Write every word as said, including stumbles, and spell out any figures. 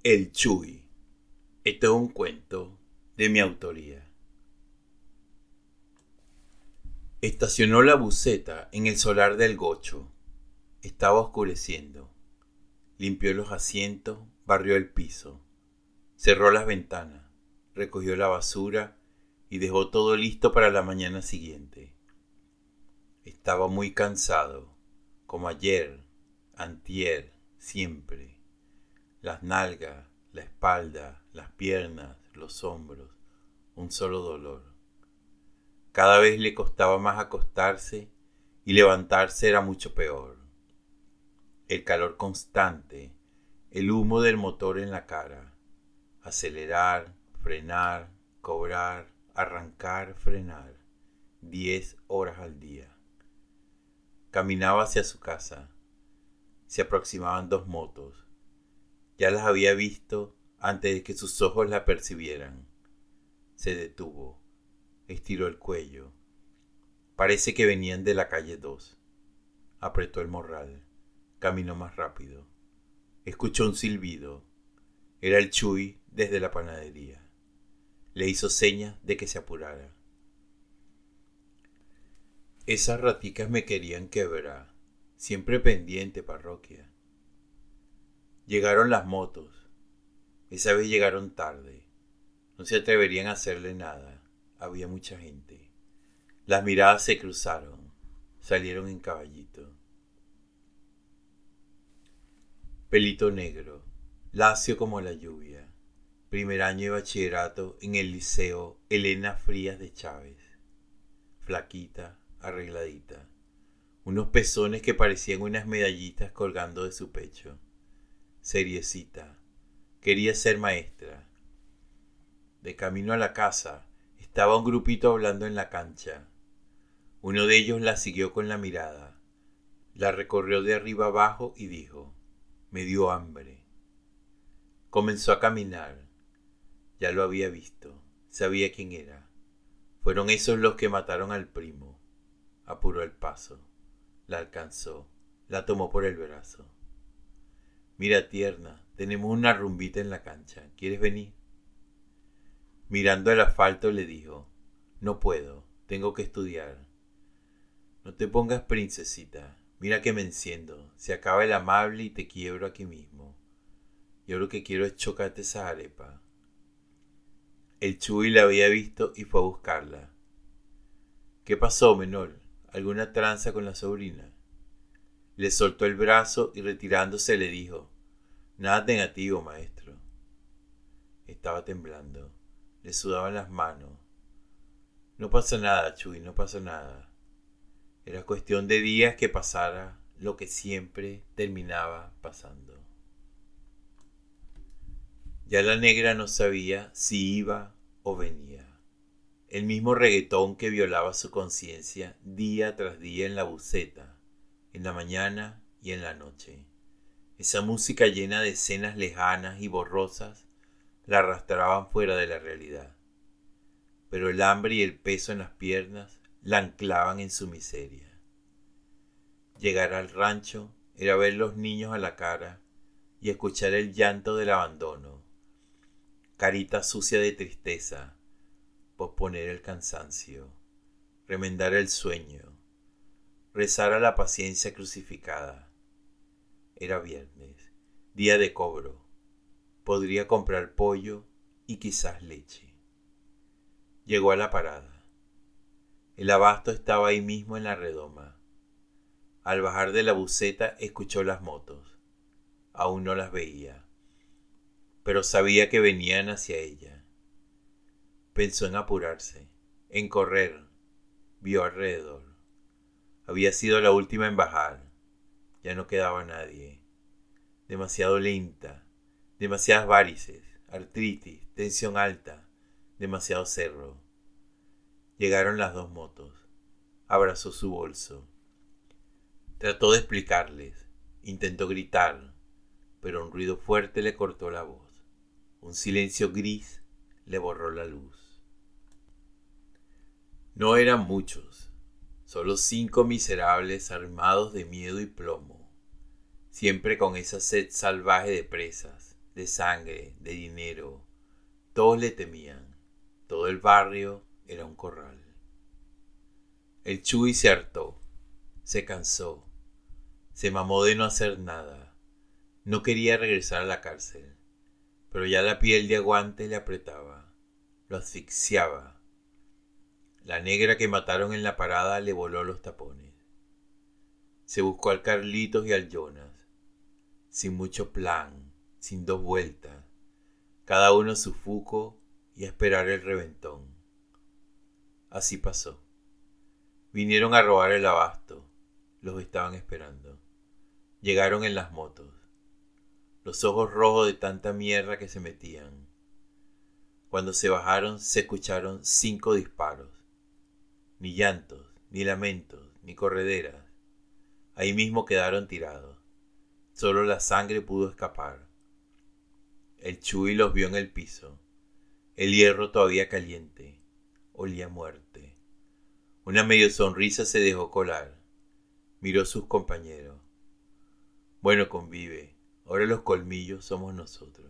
El Chuy. Esto es un cuento de mi autoría. Estacionó la buseta en el solar del Gocho. Estaba oscureciendo. Limpió los asientos, barrió el piso, cerró las ventanas, recogió la basura y dejó todo listo para la mañana siguiente. Estaba muy cansado, como ayer, antier, siempre. Las nalgas, la espalda, las piernas, los hombros, un solo dolor. Cada vez le costaba más acostarse y levantarse era mucho peor. El calor constante, el humo del motor en la cara, acelerar, frenar, cobrar, arrancar, frenar, diez horas al día. Caminaba hacia su casa. Se aproximaban dos motos. Ya las había visto antes de que sus ojos la percibieran. Se detuvo. Estiró el cuello. Parece que venían de la calle dos. Apretó el morral. Caminó más rápido. Escuchó un silbido. Era el Chuy desde la panadería. Le hizo señas de que se apurara. Esas raticas me querían quebrar. Siempre pendiente, parroquia. Llegaron las motos. Esa vez llegaron tarde. No se atreverían a hacerle nada. Había mucha gente. Las miradas se cruzaron. Salieron en caballito. Pelito negro, lacio como la lluvia. Primer año de bachillerato en el liceo Elena Frías de Chávez. Flaquita, arregladita. Unos pezones que parecían unas medallitas colgando de su pecho. Seriecita. Quería ser maestra. De camino a la casa, estaba un grupito hablando en la cancha. Uno de ellos la siguió con la mirada. La recorrió de arriba abajo y dijo: me dio hambre. Comenzó a caminar. Ya lo había visto. Sabía quién era. Fueron esos los que mataron al primo. Apuró el paso. La alcanzó. La tomó por el brazo. Mira, tierna, tenemos una rumbita en la cancha. ¿Quieres venir? Mirando el asfalto le dijo: no puedo, tengo que estudiar. No te pongas princesita. Mira que me enciendo. Se acaba el amable y te quiebro aquí mismo. Yo lo que quiero es chocarte esa arepa. El Chuy la había visto y fue a buscarla. ¿Qué pasó, menor? ¿Alguna tranza con la sobrina? Le soltó el brazo y retirándose le dijo: nada negativo, maestro. Estaba temblando. Le sudaban las manos. No pasa nada, Chuy, no pasa nada. Era cuestión de días que pasara lo que siempre terminaba pasando. Ya la negra no sabía si iba o venía. El mismo reggaetón que violaba su conciencia día tras día en la buseta, en la mañana y en la noche. Esa música llena de escenas lejanas y borrosas la arrastraban fuera de la realidad. Pero el hambre y el peso en las piernas la anclaban en su miseria. Llegar al rancho era ver los niños a la cara y escuchar el llanto del abandono, carita sucia de tristeza, posponer el cansancio, remendar el sueño, rezar a la paciencia crucificada. Era viernes, día de cobro. Podría comprar pollo y quizás leche. Llegó a la parada. El abasto estaba ahí mismo en la redoma. Al bajar de la buseta escuchó las motos. Aún no las veía, pero sabía que venían hacia ella. Pensó en apurarse, en correr. Vio alrededor. Había sido la última en bajar. Ya no quedaba nadie. Demasiado lenta, demasiadas varices, artritis, tensión alta, demasiado cerro. Llegaron las dos motos. Abrazó su bolso. Trató de explicarles. Intentó gritar, pero un ruido fuerte le cortó la voz. Un silencio gris le borró la luz. No eran muchos, solo cinco miserables armados de miedo y plomo, siempre con esa sed salvaje de presas, de sangre, de dinero. Todos le temían. Todo el barrio era un corral. El Chuy se hartó, se cansó, se mamó de no hacer nada. No quería regresar a la cárcel, pero ya la piel de aguante le apretaba, lo asfixiaba. La negra que mataron en la parada le voló los tapones. Se buscó al Carlitos y al Jonas, sin mucho plan, sin dos vueltas, cada uno su fuco y a esperar el reventón. Así pasó. Vinieron a robar el abasto, los estaban esperando. Llegaron en las motos, los ojos rojos de tanta mierda que se metían. Cuando se bajaron se escucharon cinco disparos. Ni llantos, ni lamentos, ni correderas. Ahí mismo quedaron tirados. Solo la sangre pudo escapar. El Chuy los vio en el piso. El hierro todavía caliente. Olía a muerte. Una medio sonrisa se dejó colar. Miró a sus compañeros. Bueno, convive. Ahora los colmillos somos nosotros.